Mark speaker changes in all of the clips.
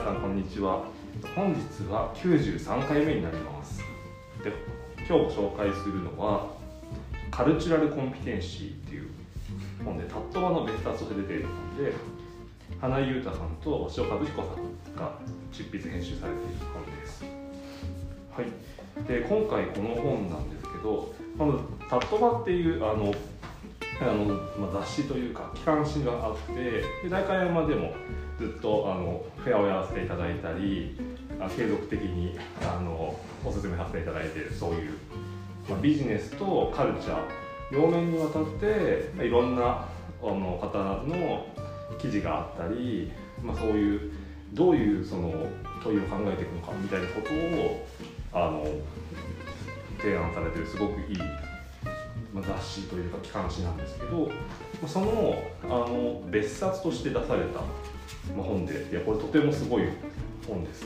Speaker 1: さんこんにちは。本日は93回目になります。で、今日ご紹介するのはカルチュラルコンピテンシーっていう本で、タットバの別冊として出ている本で、花井裕太さんと押尾和彦さんが執筆編集されている本です。はい。で、今回この本なんですけど、まずタットバっていう雑誌というか機関誌があって、で代官山でもずっとフェアをやらせていただいたり、継続的におすすめさせていただいている、そういう、ビジネスとカルチャー両面にわたって、いろんな方の記事があったり、そういうどういうその問いを考えていくのかみたいなことを提案されているすごくいい雑誌というか機関誌なんですけど、その別冊として出された本で、これとてもすごい本です。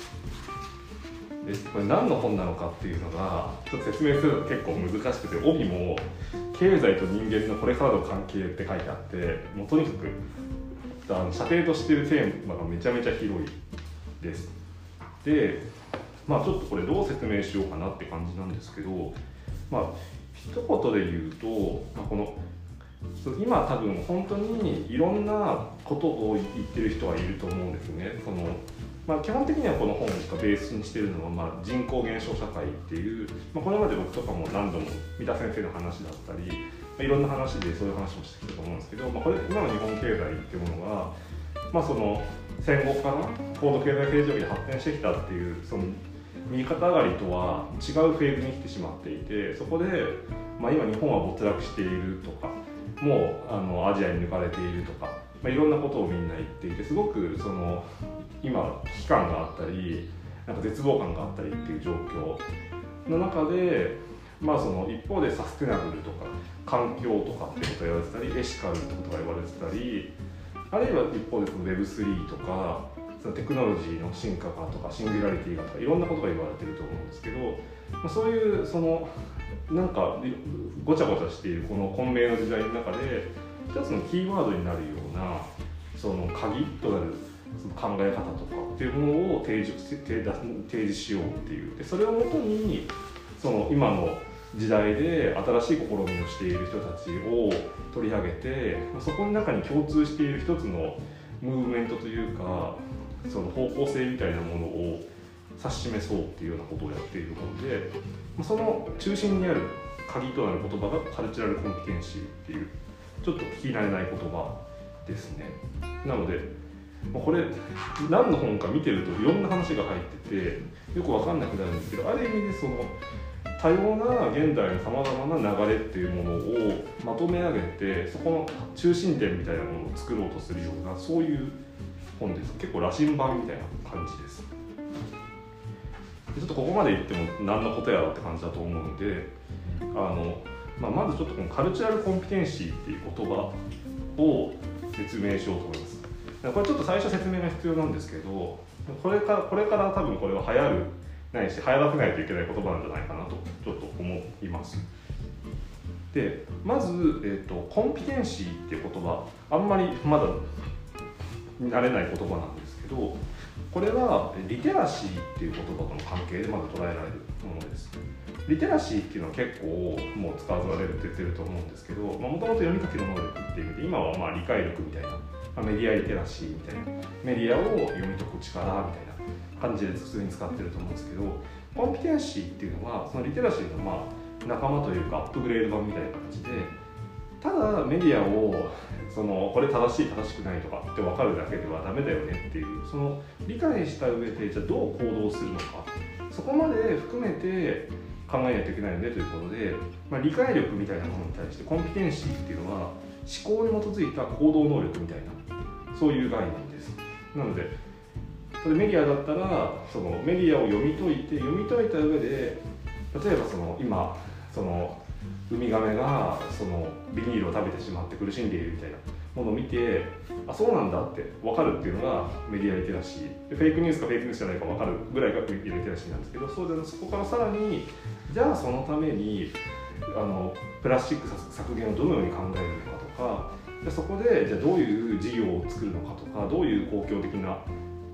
Speaker 1: これ何の本なのかっていうのがちょっと説明すると結構難しくて、帯も経済と人間のこれからの関係って書いてあって、もうとにかく射程としているテーマがめちゃめちゃ広いです。で、ちょっとこれどう説明しようかなって感じなんですけど、一言で言うと、この今多分本当にいろんなことを言ってる人はいると思うんですね。基本的にはこの本がベースにしているのは、人口減少社会っていう、これまで僕とかも何度も三田先生の話だったり、いろんな話でそういう話もしてきたと思うんですけど、これ今の日本経済っていうものが、その戦後から高度経済成長期で発展してきたっていうその右肩上がりとは違うフェーズに来てしまっていて、そこで、今日本は没落しているとか、もうアジアに抜かれているとか、いろんなことをみんな言っていて、すごくその今危機感があったり、絶望感があったりっていう状況の中で、その一方でサステナブルとか環境とかってことを言われてたり、エシカルってことが言われてたり、あるいは一方でその Web3 とかそのテクノロジーの進化がとかシンギュラリティがとかいろんなことが言われてると思うんですけど、そういうそのごちゃごちゃしているこの混迷の時代の中で一つのキーワードになるようなその鍵となるその考え方とかっていうものを提示しようっていう、でそれをもとにその今の時代で新しい試みをしている人たちを取り上げて、そこの中に共通している一つのムーブメントというか、その方向性みたいなものを指し示そうっていうようなことをやっているので、その中心にある鍵となる言葉がカルチュラルコンピテンシーっていうちょっと聞き慣れない言葉ですね。なのでこれ何の本か見てるといろんな話が入っててよく分かんなくなるんですけど、ある意味でその多様な現代のさまざまな流れっていうものをまとめ上げて、そこの中心点みたいなものを作ろうとするような、そういう本です。結構羅針盤みたいな感じです。ちょっとここまで言っても何のことやろうって感じだと思うので、まずちょっとこのカルチュラルコンピテンシーっていう言葉を説明しようと思います。これちょっと最初説明が必要なんですけど、これから多分これは流行るないし流行らせないといけない言葉なんじゃないかなとちょっと思います。で、まず、コンピテンシーっていう言葉、あんまりまだ慣れない言葉なんですけど、これはリテラシーっていう言葉との関係でまず捉えられるものです。リテラシーっていうのは結構もう使われるって言ってると思うんですけど、もともと読み書きの能力っていう意味で、今は理解力みたいな、メディアリテラシーみたいな、メディアを読み解く力みたいな感じで普通に使ってると思うんですけど、コンピテンシーっていうのはそのリテラシーの仲間というかアップグレード版みたいな形で、ただメディアをこれ正しい正しくないとかって分かるだけではダメだよねっていう、その理解した上でじゃあどう行動するのか、そこまで含めて考えないといけないよねということで、理解力みたいなものに対してコンピテンシーっていうのは思考に基づいた行動能力みたいな、そういう概念です。なのでそれメディアだったらそのメディアを読み解いた上で、例えば今ウミガメがビニールを食べてしまって苦しんでいるみたいなものを見て、そうなんだって分かるっていうのがメディアリテラシーで、フェイクニュースかフェイクニュースじゃないか分かるぐらいがメディアリテラシーなんですけど、そこからさらにじゃあそのためにプラスチック削減をどのように考えるのかとか、そこでじゃあどういう事業を作るのかとか、どういう公共的なこ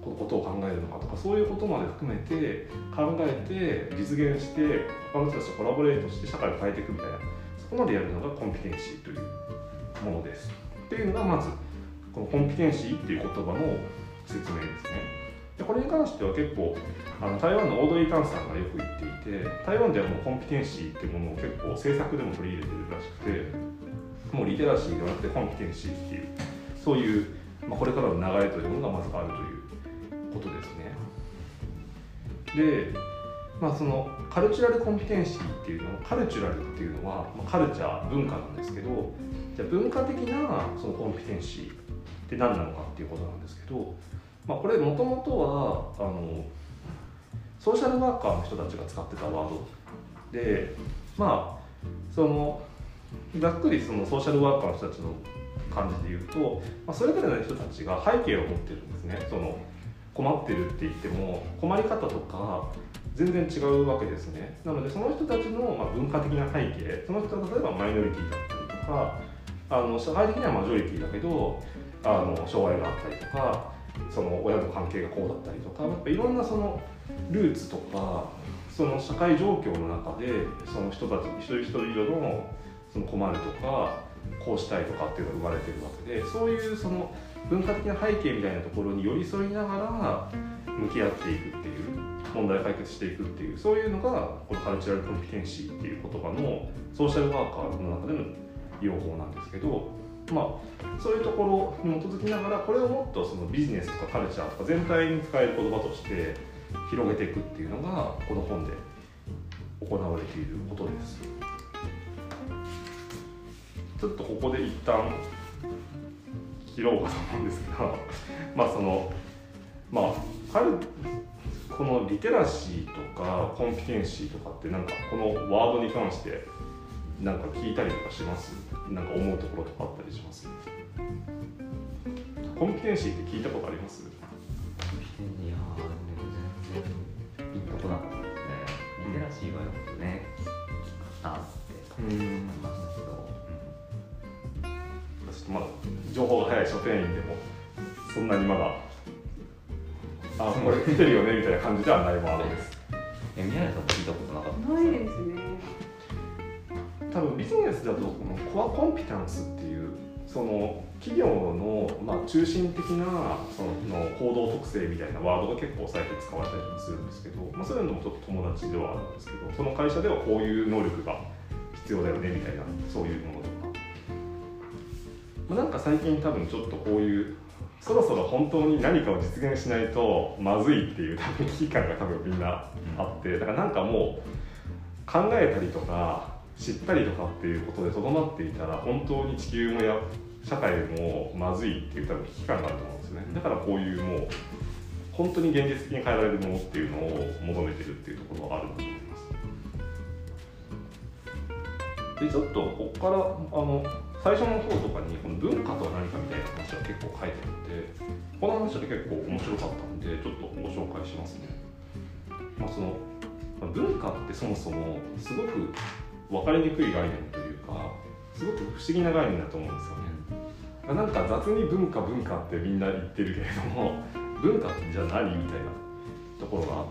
Speaker 1: ことを考えるのかとか、そういうことまで含めて考えて実現して他の人たちとコラボレートして社会を変えていくみたいな、そこまでやるのがコンピテンシーというものです。っていうのがまずこのコンピテンシーっていう言葉の説明ですね。でこれに関しては結構台湾のオードリー・タンさんがよく言っていて、台湾ではもうコンピテンシーっていうものを結構政策でも取り入れてるらしくて、もうリテラシーではなくてコンピテンシーっていうそういう、これからの流れというものがまずあるということですね。で、そのカルチュラルコンピテンシーっていうのは、カルチュラルっていうのは、カルチャー文化なんですけど、じゃあ文化的なそのコンピテンシーって何なのかっていうことなんですけど、これもともとはソーシャルワーカーの人たちが使ってたワードで、そのざっくりそのソーシャルワーカーの人たちの感じで言うと、それぞれの人たちが背景を持ってるんですね。その困ってるって言っても困り方とか全然違うわけですね。なのでその人たちの文化的な背景、その人は例えばマイノリティだったりとか、社会的にはマジョリティだけど障害があったりとか、その親の関係がこうだったりとか、やっぱいろんなそのルーツとかその社会状況の中でその人たち一人一人のその困るとかこうしたいとかっていうのが生まれてるわけで、そういうその文化的な背景みたいなところに寄り添いながら向き合っていくっていう、問題を解決していくっていう、そういうのがこのカルチュラルコンピテンシーっていう言葉のソーシャルワーカーの中での用法なんですけど、そういうところに基づきながらこれをもっとそのビジネスとかカルチャーとか全体に使える言葉として広げていくっていうのがこの本で行われていることです。ちょっとここで一旦切ろうかと思うんですがこのリテラシーとかコンピテンシーとかってなんかこのワードに関してなんか聞いたりとかします？なんか思うところとかあったりします？コンピテンシーって聞いたことあります？
Speaker 2: いや全然ピンとこなかったですね。リテラシーはよくね聞かったって思いましたけど、
Speaker 1: ちょっとまだ情報が早い書店員でもそんなにまだこれ来てるよねみたいな感じではないワードです。
Speaker 2: 宮根さんも聞いたことなかった
Speaker 3: ないですね。
Speaker 1: 多分ビジネスだとこのコアコンピタンスっていうその企業の中心的なその行動特性みたいなワードが結構最近使われたりするんですけど、そういうのもちょっと友達ではあるんですけど、その会社ではこういう能力が必要だよねみたいな、そういうものとか、なんか最近多分ちょっとこういうそろそろ本当に何かを実現しないとまずいっていう多分危機感が多分みんなあって、だからなんかもう考えたりとか知ったりとかっていうことでとどまっていたら本当に地球も社会もまずいっていう多分危機感があると思うんですね。だからこういうもう本当に現実的に変えられるものっていうのを求めてるっていうところがあると思います。でちょっとここから最初の方とかにこの文化とは何かみたいな話が結構書いてあって、この話は結構面白かったんでちょっとご紹介しますね。その文化ってそもそもすごく分かりにくい概念というか、すごく不思議な概念だと思うんですよね。なんか雑に文化ってみんな言ってるけれども、文化ってじゃあ何みたいなところがあって、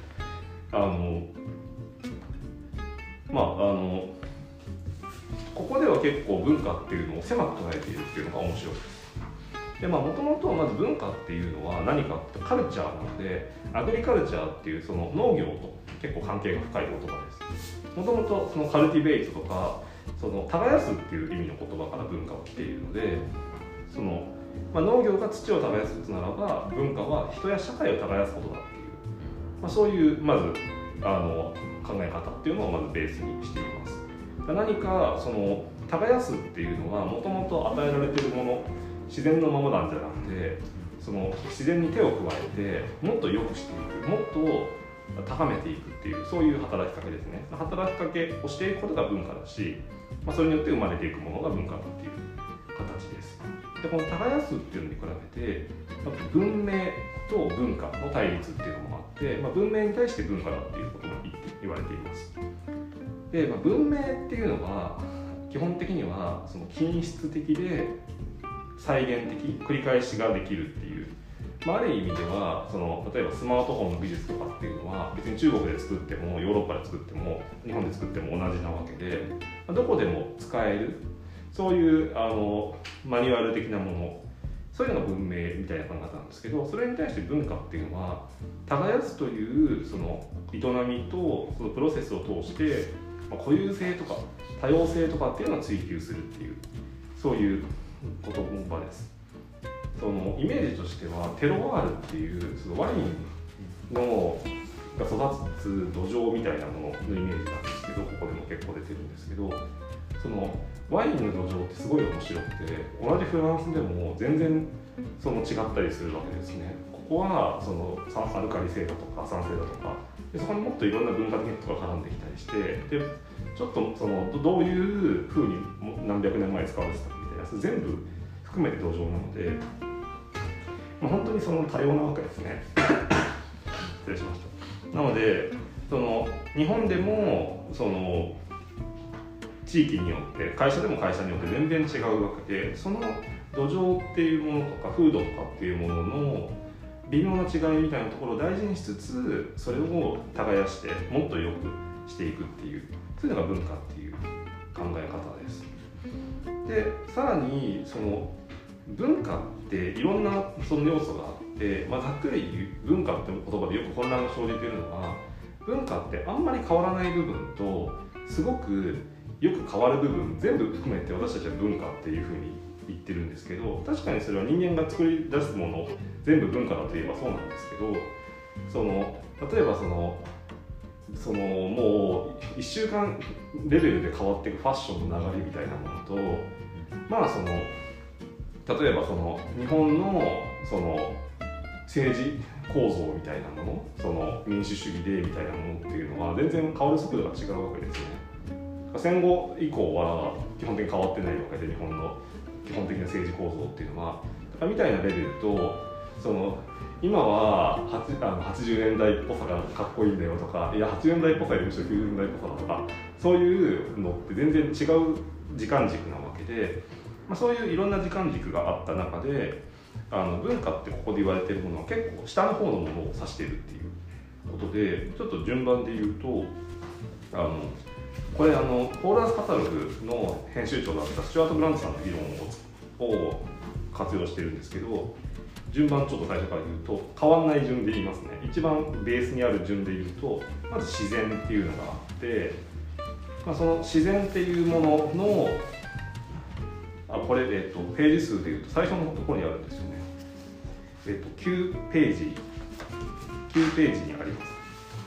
Speaker 1: ここでは結構文化っていうのを狭く捉えているっていうのが面白いです。でもともとまず文化っていうのは何かってカルチャーなので、アグリカルチャーっていうその農業と結構関係が深い言葉です。もともとそのカルティベイトとかその耕すっていう意味の言葉から文化は来ているので、その、農業が土を耕すならば文化は人や社会を耕すことだっていう、そういうまず考え方っていうのをまずベースにしています。何かその耕すっていうのはもともと与えられているもの、自然のままなんじゃなくて、その自然に手を加えてもっと良くしていく、もっと高めていくっていう、そういう働きかけですね。働きかけをしていくことが文化だし、それによって生まれていくものが文化だっていう形です。でこの耕すっていうのに比べて文明と文化の対立っていうのもあって、文明に対して文化だっていうことも言われています。で、文明っていうのは基本的にはその均質的で再現的、繰り返しができるっていうある意味では例えばスマートフォンの技術とかっていうのは別に中国で作ってもヨーロッパで作っても日本で作っても同じなわけで、どこでも使えるそういうマニュアル的なもの、そういうのが文明みたいな考え方なんですけど、それに対して文化っていうのは耕すというその営みとそのプロセスを通して固有性とか多様性とかっていうのを追求するっていう、そういう言葉です。そのイメージとしてはテロワールっていうそのワインのが育つ土壌みたいなもののイメージなんですけど、ここでも結構出てるんですけど、そのワインの土壌ってすごい面白くて、同じフランスでも全然その違ったりするわけですね。ここはそのアルカリ性だとか酸性だとかで、そこにもっといろんな文化的なことが絡んできたりして、でちょっとそのどういうふうに何百年前に使われてたかみたいな、それ全部含めて土壌なので、本当にその多様なわけですね。失礼しました。なのでその日本でもその地域によって会社でも会社によって全然違うわけで、その土壌っていうものとか風土とかっていうものの微妙な違いみたいなところを大事にしつつ、それを耕してもっと良くしていくっていう、そういうのが文化っていう考え方です。でさらにその文化っていろんなその要素があって、ざっくり言う文化って言葉でよく混乱が生じているのは、文化ってあんまり変わらない部分とすごくよく変わる部分全部含めて私たちは文化っていうふうに言ってるんですけど、確かにそれは人間が作り出すもの全部文化だといえばそうなんですけど、例えばもう1週間レベルで変わっていくファッションの流れみたいなものと、例えば日本の政治構造みたいなもの、民主主義でみたいなものっていうのは全然変わる速度が違うわけですね。戦後以降は基本的に変わってないわけで、日本の基本的な政治構造っていうのはみたいなレベルと、今は80年代っぽさがかっこいいんだよとか、いや80年代っぽさよりむしろ90年代っぽさだとか、そういうのって全然違う時間軸なわけで、そういういろんな時間軸があった中で、文化ってここで言われているものは結構下の方のものを指しているっていうことで、ちょっと順番で言うとこれポール・アースカタログの編集長だったスチュアート・ブランドさんの議論を活用してるんですけど、順番ちょっと最初から言うと変わんない順で言いますね。一番ベースにある順で言うと、まず自然っていうのがあって、その自然っていうもののこれ、ページ数でいうと最初のところにあるんですよね。9ページにあります。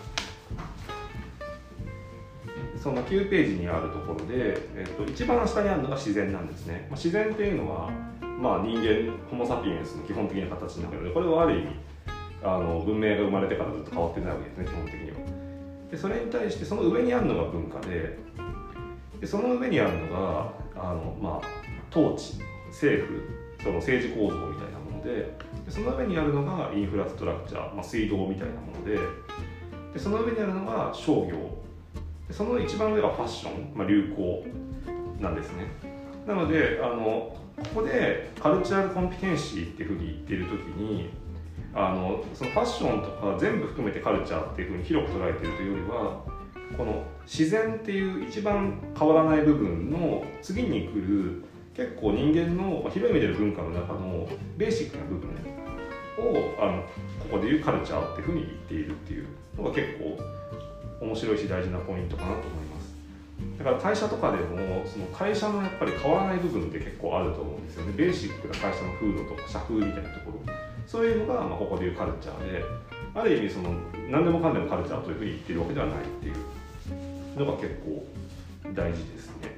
Speaker 1: その9ページにあるところで、一番下にあるのが自然なんですね。自然っていうのは、人間ホモ・サピエンスの基本的な形なので、これはある意味文明が生まれてからずっと変わってないわけですね、基本的には。でそれに対してその上にあるのが文化で、その上にあるのが統治、政府、その政治構造みたいなもので、その上にあるのがインフラストラクチャー、水道みたいなもので、その上にあるのが商業、その一番上がファッション、流行なんですね。なのでここでカルチャールコンピテンシーっていうふうに言っているときにそのファッションとか全部含めてカルチャーっていうふうに広く捉えているというよりは、この自然っていう一番変わらない部分の次に来る結構人間の広い意味での文化の中のベーシックな部分をここでいうカルチャーっていうふうに言っているっていうのが結構面白いし大事なポイントかなと思います。だから会社とかでもその会社のやっぱり変わらない部分って結構あると思うんですよね。ベーシックな会社の風土とか社風みたいなところ、そういうのがここでいうカルチャーで、ある意味何でもかんでもカルチャーというふうに言ってるわけではないっていうのが結構大事ですね。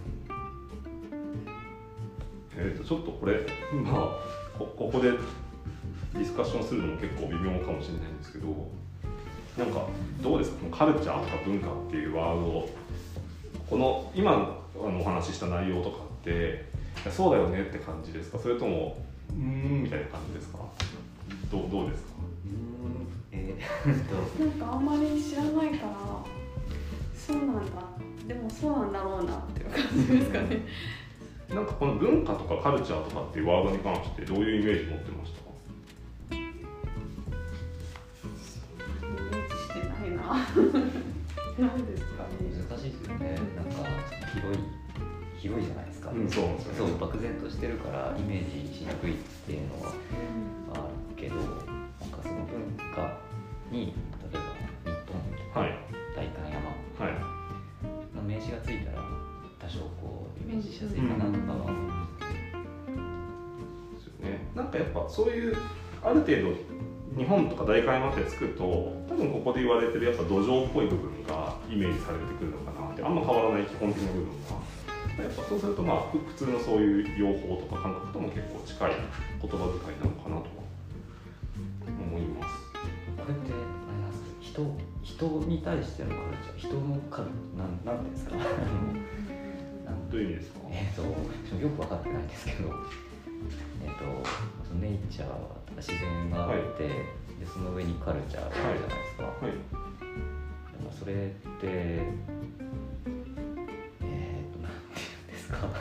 Speaker 1: ちょっとこれここでディスカッションするのも結構微妙かもしれないんですけど、なんかどうですか、カルチャーとか文化っていうワードをこの今お話しした内容とかってそうだよねって感じですか、それともみたいな感じですか、どうですか。
Speaker 3: なんかあんまり知らないからそうなんだ、でもそうなんだろうなっていう感じですかね。
Speaker 1: なんかこの文化とかカルチャーとかっていうワードに関してどういうイメージ持ってましたか。
Speaker 3: なんですかね。
Speaker 2: 難しいですよね。なんか広いじゃないですか。
Speaker 1: そうですよね。
Speaker 2: そう漠然としてるからイメージしにくいっていうのはあるけど、なんかその文化に例えば日本、
Speaker 1: はい、
Speaker 2: 代官山の名詞がついたら多少こうイメージしやすいかなとかは。
Speaker 1: ですよね。なんかやっぱそういうある程度日本とか代官山ってつくと多分ここで言われてるやっぱ土壌っぽい部分がイメージされてくるのかなって、あんま変わらない基本的な部分が。やっぱそうするとまあ普通のそういう用法とか感覚とも結構近い言葉遣いなのかなとは思います。
Speaker 2: これってあれなんですか、人に対してのカルチャー、人のカルなんていうんですか
Speaker 1: どういう意味ですか？
Speaker 2: よく分かってないんですけど、ネイチャー自然があって、でその上にカルチャーがあるじゃないですか。だからそれっていやちょっ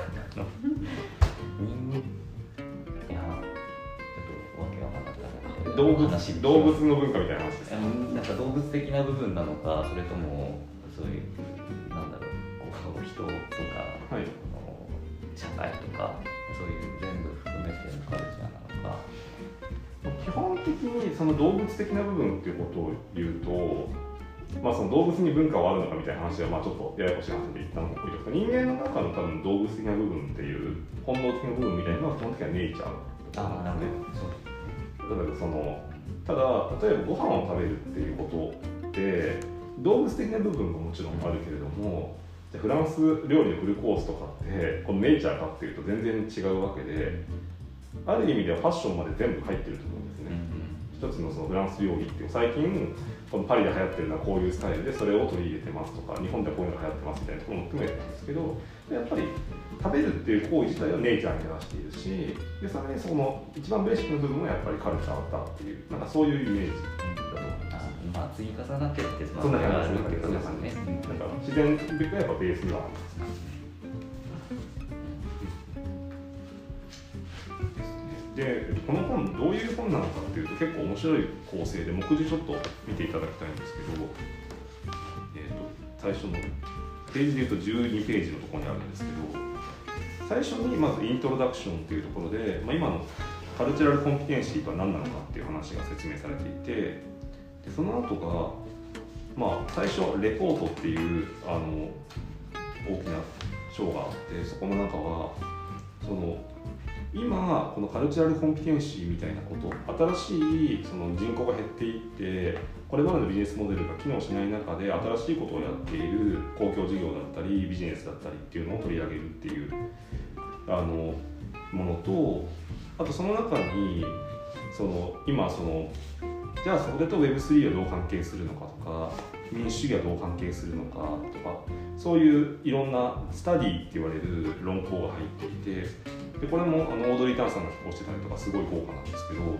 Speaker 2: とわけわかんなくなって
Speaker 1: 動物の文化みたいな話ですか？
Speaker 2: なんか動物的な部分なのか、それともそういうなんだろう、こう人とか、はい、社会とかそういう全部含めてのカルチャーなのか。
Speaker 1: 基本的にその動物的な部分っていうことを言うと、まあ、その動物に文化はあるのかみたいな話はまあちょっとややこしい話で言ったのも多いですが、人間の中の多分動物的な部分っていう本能的な部分みたいなのは基本的にはネイチャーなんですね。ただ例えばご飯を食べるっていうことって動物的な部分ももちろんあるけれども、じゃフランス料理のフルコースとかってこのネイチャーかっていうと全然違うわけで、ある意味ではファッションまで全部入ってると思うんですね。一つのそのフランス料理っていう最近このパリで流行ってるのはこういうスタイルでそれを取り入れてますとか、日本ではこういうのが流行ってますみたいなところも含めてなんですけど、やっぱり食べるっていう行為自体はネイチャーに照らしているし、でそれにその一番ベーシックな部分はやっぱりカルチャーだっていう、なんかそういうイメージだと思います。
Speaker 2: まあ積み重なってるって
Speaker 1: そんな感じですね。なんか自然がやっぱベースにはありますね。でこの本どういう本なのかっていうと結構面白い構成で、目次ちょっと見ていただきたいんですけど、最初のページでいうと12ページのところにあるんですけど、最初にまずイントロダクションっていうところで、今のカルチュラルコンピテンシーとは何なのかっていう話が説明されていて、でその後が、最初レポートっていう大きな章があって、そこの中はその今このカルチュラルコンピテンシーみたいなこと、新しいその人口が減っていってこれまでのビジネスモデルが機能しない中で新しいことをやっている公共事業だったりビジネスだったりっていうのを取り上げるっていうものと、あとその中に今じゃあそれと Web3 はどう関係するのかとか、民主主義はどう関係するのかとか、そういういろんなスタディって言われる論考が入っていて、でこれもオードリー・タンさんが寄稿してたりとかすごい豪華なんですけど、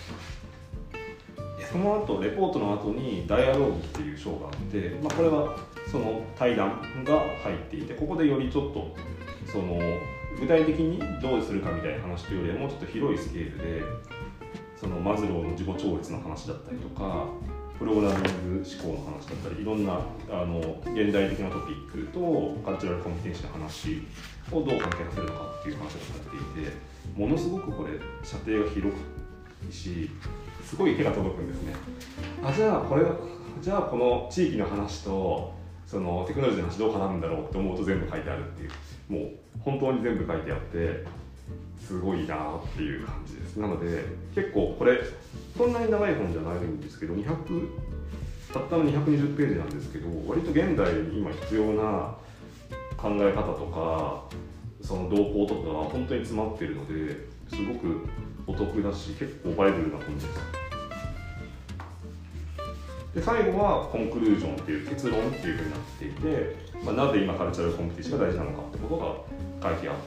Speaker 1: その後レポートの後にダイアローグっていう章があって、これはその対談が入っていて、ここでよりちょっと具体的にどうするかみたいな話というよりはもうちょっと広いスケールで、マズローの自己超越の話だったりとか、プログラミング思考の話だったり、いろんな現代的なトピックとカルチュラルコンピテンシーの話をどう関係させるのかっていう話がされていて、ものすごくこれ射程が広いし、すごい手が届くんですね。じゃあこの地域の話とテクノロジーの話どう絡むんだろうって思うと全部書いてあるっていう、もう本当に全部書いてあってすごいなっていう感じです。なので結構これそんなに長い本じゃないんですけど、たったの220ページなんですけど、割と現代に今必要な考え方とかその動向とかが本当に詰まっているので、すごくお得だし結構バイブルな本です。で最後はコンクルージョンっていう結論っていうふうになっていて、なぜ今カルチャラルコンピテンシーが大事なのかってことが書いてあって、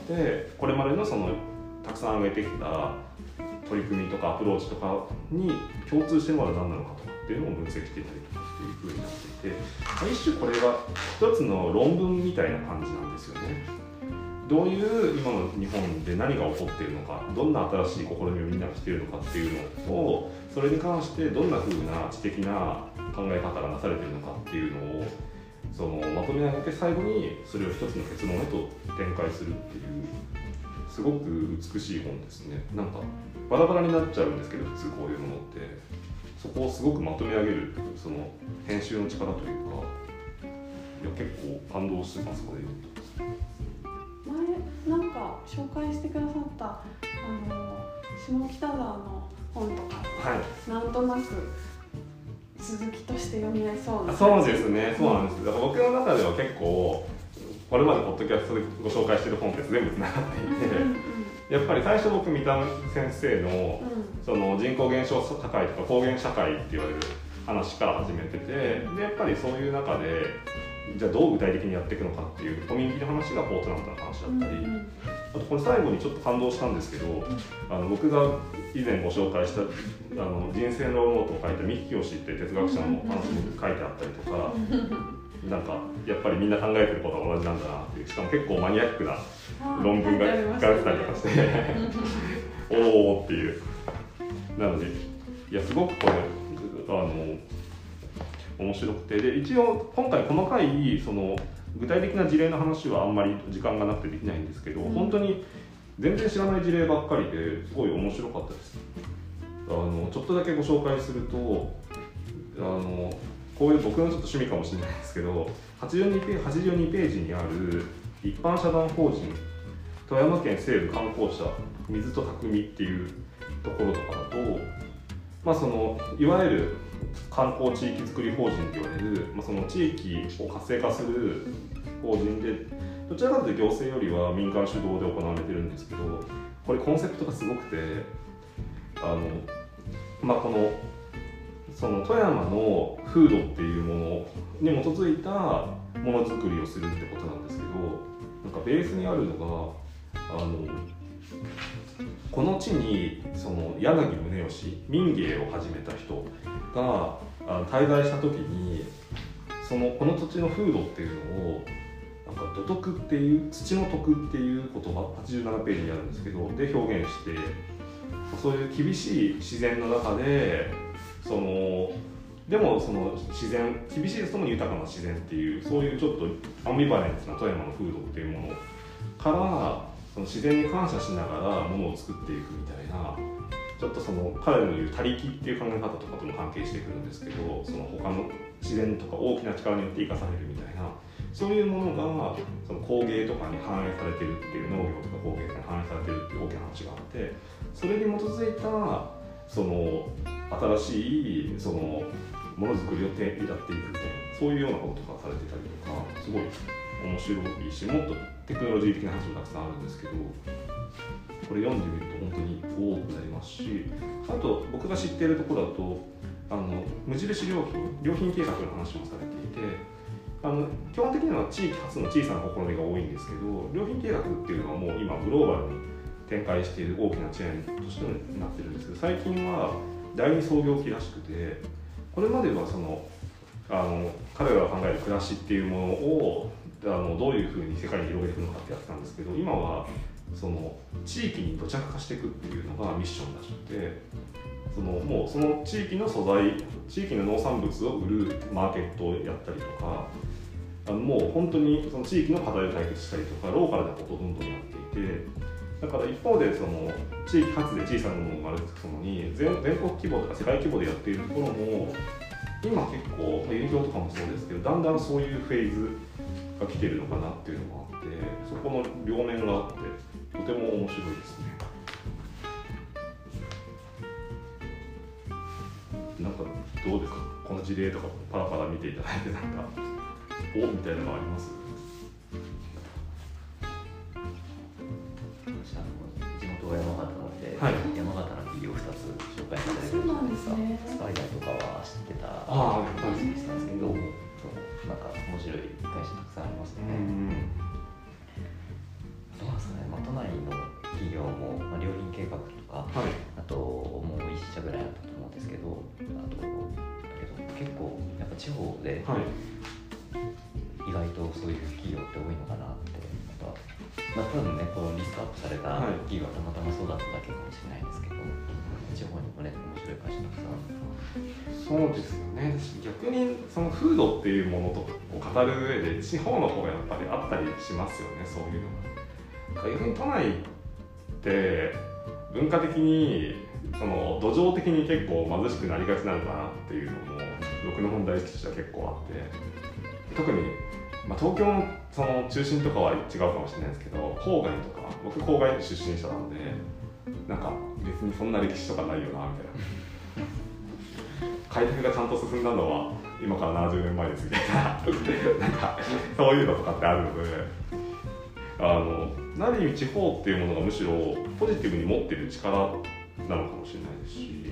Speaker 1: これまでのたくさん挙げてきた取り組みとかアプローチとかに共通しているものは何なのかとかっていうのを分析していたりとかっていうふうになっていて、一種これが一つの論文みたいな感じなんですよね。 どういう今の日本で何が起こっているのか、どんな新しい試みをみんながしているのかっていうのを、それに関してどんな風な知的な考え方がなされているのかっていうのをまとめ上げて、最後にそれを一つの結論へと展開するっていうすごく美しい本ですね。なんかバラバラになっちゃうんですけど、普通こういうものってそこをすごくまとめ上げる編集の力というか、いや結構感動してます、これ読むと。
Speaker 3: 前なんか紹介してくださった下北沢の本とか、
Speaker 1: はい、
Speaker 3: なんとなく続きとして読み合いそうな。
Speaker 1: そうですね、そうなんです。だから僕の中では結構これまでポッドキャストでご紹介している本って全部つながっていて、やっぱり最初僕三田先生の、人口減少社会とか高原社会って言われる話から始めてて、でやっぱりそういう中でじゃあどう具体的にやっていくのかっていうコミュニティの話がポートナントの話だったり、あとこれ最後にちょっと感動したんですけど、僕が以前ご紹介した人生のノートを書いた三木清っていう哲学者の話に書いてあったりとか、なんかやっぱりみんな考えてることは同じなんだなっていう、しかも結構マニアックな論文が書かれてたりとかしておーっていう、なのでいやすごくこれ面白くて、で一応今回この回具体的な事例の話はあんまり時間がなくてできないんですけど、本当に全然知らない事例ばっかりですごい面白かったです。ちょっとだけご紹介するとこういう僕のちょっと趣味かもしれないですけど、82ページにある一般社団法人富山県西部観光社水と匠っていうところとかだと、いわゆる観光地域づくり法人と言われる、その地域を活性化する法人で、どちらかというと行政よりは民間主導で行われてるんですけど、これコンセプトがすごくて、その富山の風土っていうものに基づいたものづくりをするってことなんですけど、なんかベースにあるのがこの地に柳宗悦民芸を始めた人が滞在した時にこの土地の風土っていうのをなんか土徳っていう土の徳っていう言葉87ページにあるんですけどで表現して、そういう厳しい自然の中ででも自然厳しいとも豊かな自然っていう、そういうちょっとアンビバレンスな富山の風土っていうものから自然に感謝しながらものを作っていくみたいな、ちょっと彼の言う他力っていう考え方とかとも関係してくるんですけど、他の自然とか大きな力によって生かされるみたいな、そういうものが工芸とかに反映されてるっていう、農業とか工芸とかに反映されてるっていう大きな話があって、それに基づいた新しいものづくりをやっていくみたいな、そういうようなこととかされてたりとか、すごい面白いし、もっとテクノロジー的な話もたくさんあるんですけど、これ読んでみると本当におおってなりますし、あと僕が知っているところだと無印良品計画の話もされていて、基本的には地域発の小さな試みが多いんですけど、良品計画っていうのはもう今グローバルに展開している大きなチェーンとしてなってるんですけど、最近は第二創業期らしくて、これまでは彼らが考える暮らしっていうものをどういうふうに世界に広げていくのかってやってたんですけど、今は地域に土着化していくっていうのがミッションらしくて、もうその地域の素材、地域の農産物を売るマーケットをやったりとか、もう本当にその地域の課題を解決したりとか、ローカルなことをどんどんやっていて、だから一方で地域発で小さなものを生まれつくのに全国規模とか世界規模でやっているところも今結構ユニクロとかもそうですけど、だんだんそういうフェーズが来てるのかなっていうのがあって、そこの両面があってとても面白いですね。なんかどうですか、この事例とかパラパラ見ていただいて、なんかおみたいなのあります？
Speaker 2: 地元は山形なので、
Speaker 1: はい、
Speaker 2: 山形の企業2つ紹介されてる
Speaker 3: そうなんですね。
Speaker 2: スパイダーとかは知ってた話でしたんですけど、なんか面白い会社たくさんありますね。どうなんですかね、都内の企業も、良品計画とか、はい、あともう1社ぐらいあったと思うんですけど、結構やっぱ地方で、意外とそういう企業って多いのかなって、またまあ多分ねこのリストアップされたキーはたまたまそうだっただけかもしれないですけど、地方にもね面白い会社たくさんある。
Speaker 1: そうですよね。逆にその風土っていうものとを語る上で地方の方がやっぱりあったりしますよね、そういうのが。逆に都内って文化的にその土壌的に結構貧しくなりがちなのかなっていうのも僕の問題意識としては結構あって、特に、東京のその中心とかは違うかもしれないですけど、郊外とか、僕郊外出身者なんで、なんか別にそんな歴史とかないよなみたいな。開拓がちゃんと進んだのは今から70年前ですみたいななんかそういうのとかってあるので、ある意味地方っていうものがむしろポジティブに持ってる力なのかもしれないですし、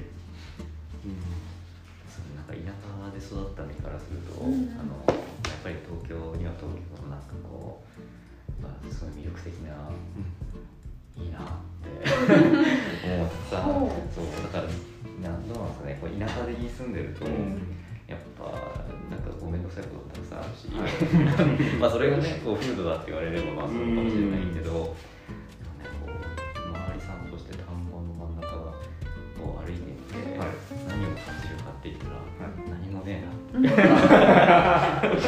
Speaker 2: なんか田舎で育った身からすると、やっぱり東京には東京のなんかこう、すごい魅力的な、いいなって思ってさ、そうだからどうなんですかね、こう田舎に住んでると、やっぱなんかこう面倒くさいことたくさんあるし、それがねこう風土だって言われればそうかもしれないけど、でもねこう周り散歩して田んぼの真ん中を歩いてみて、何を感じるかって言ったら、何もねえなって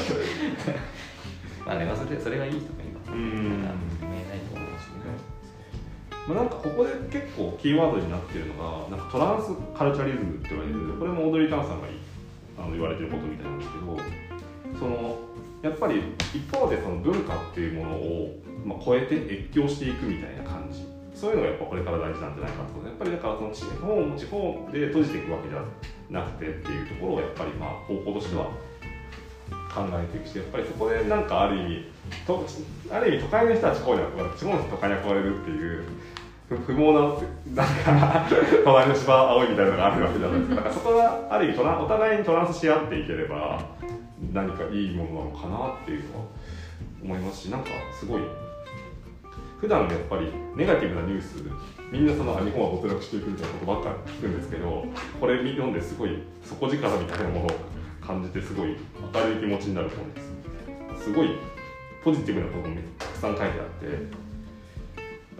Speaker 2: それがいい人もいますね。見えないと思うしね。
Speaker 1: なんかここで結構キーワードになっているのが、なんかトランスカルチャリズムって言われる、これもオードリー・タンさんが言われてることみたいなんですけど、やっぱり一方でその文化っていうものを、超えて越境していくみたいな感じ、そういうのがやっぱこれから大事なんじゃないかと。やっぱりだからその地方で閉じていくわけじゃなくてっていうところをやっぱり方法としては考えていくし、やっぱりそこでなんかある意味都会の人は地方に地方の人は都会に憧れるっていう不毛ななんか隣の芝青いみたいなのがあるわけじゃないですか。だからそこはある意味お互いにトランスし合っていければ何かいいものなのかなっていうのは思いますし、なんかすごい普段やっぱりネガティブなニュースみんな日本は没落していくみたいなことばっかり聞くんですけど、これ読んですごい底力みたいなものを感じてすごい明るい気持ちになる本です。すごいポジティブなこともたくさん書いてあって、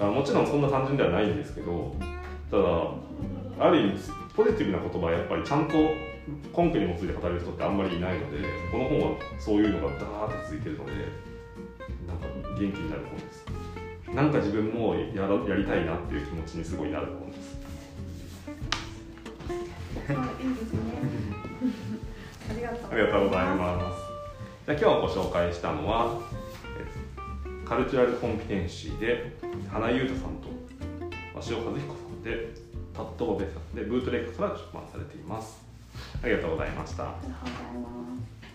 Speaker 1: もちろんそんな単純ではないんですけど、ただある意味ポジティブな言葉はやっぱりちゃんと根拠に基づいて語れる人ってあんまりいないので、この本はそういうのがダーッと続いているので、なんか元気になる本です。なんか自分もやりたいなっていう気持ちにすごいなる本です。
Speaker 3: いいですね。ありがと
Speaker 1: うございます。じゃあ今日ご紹介したのはカルチュラルコンピテンシーで花井優太さんと鷲尾和彦さんでタットボベさんでブートレックから出版されています。ありがとうございました。
Speaker 3: うございます。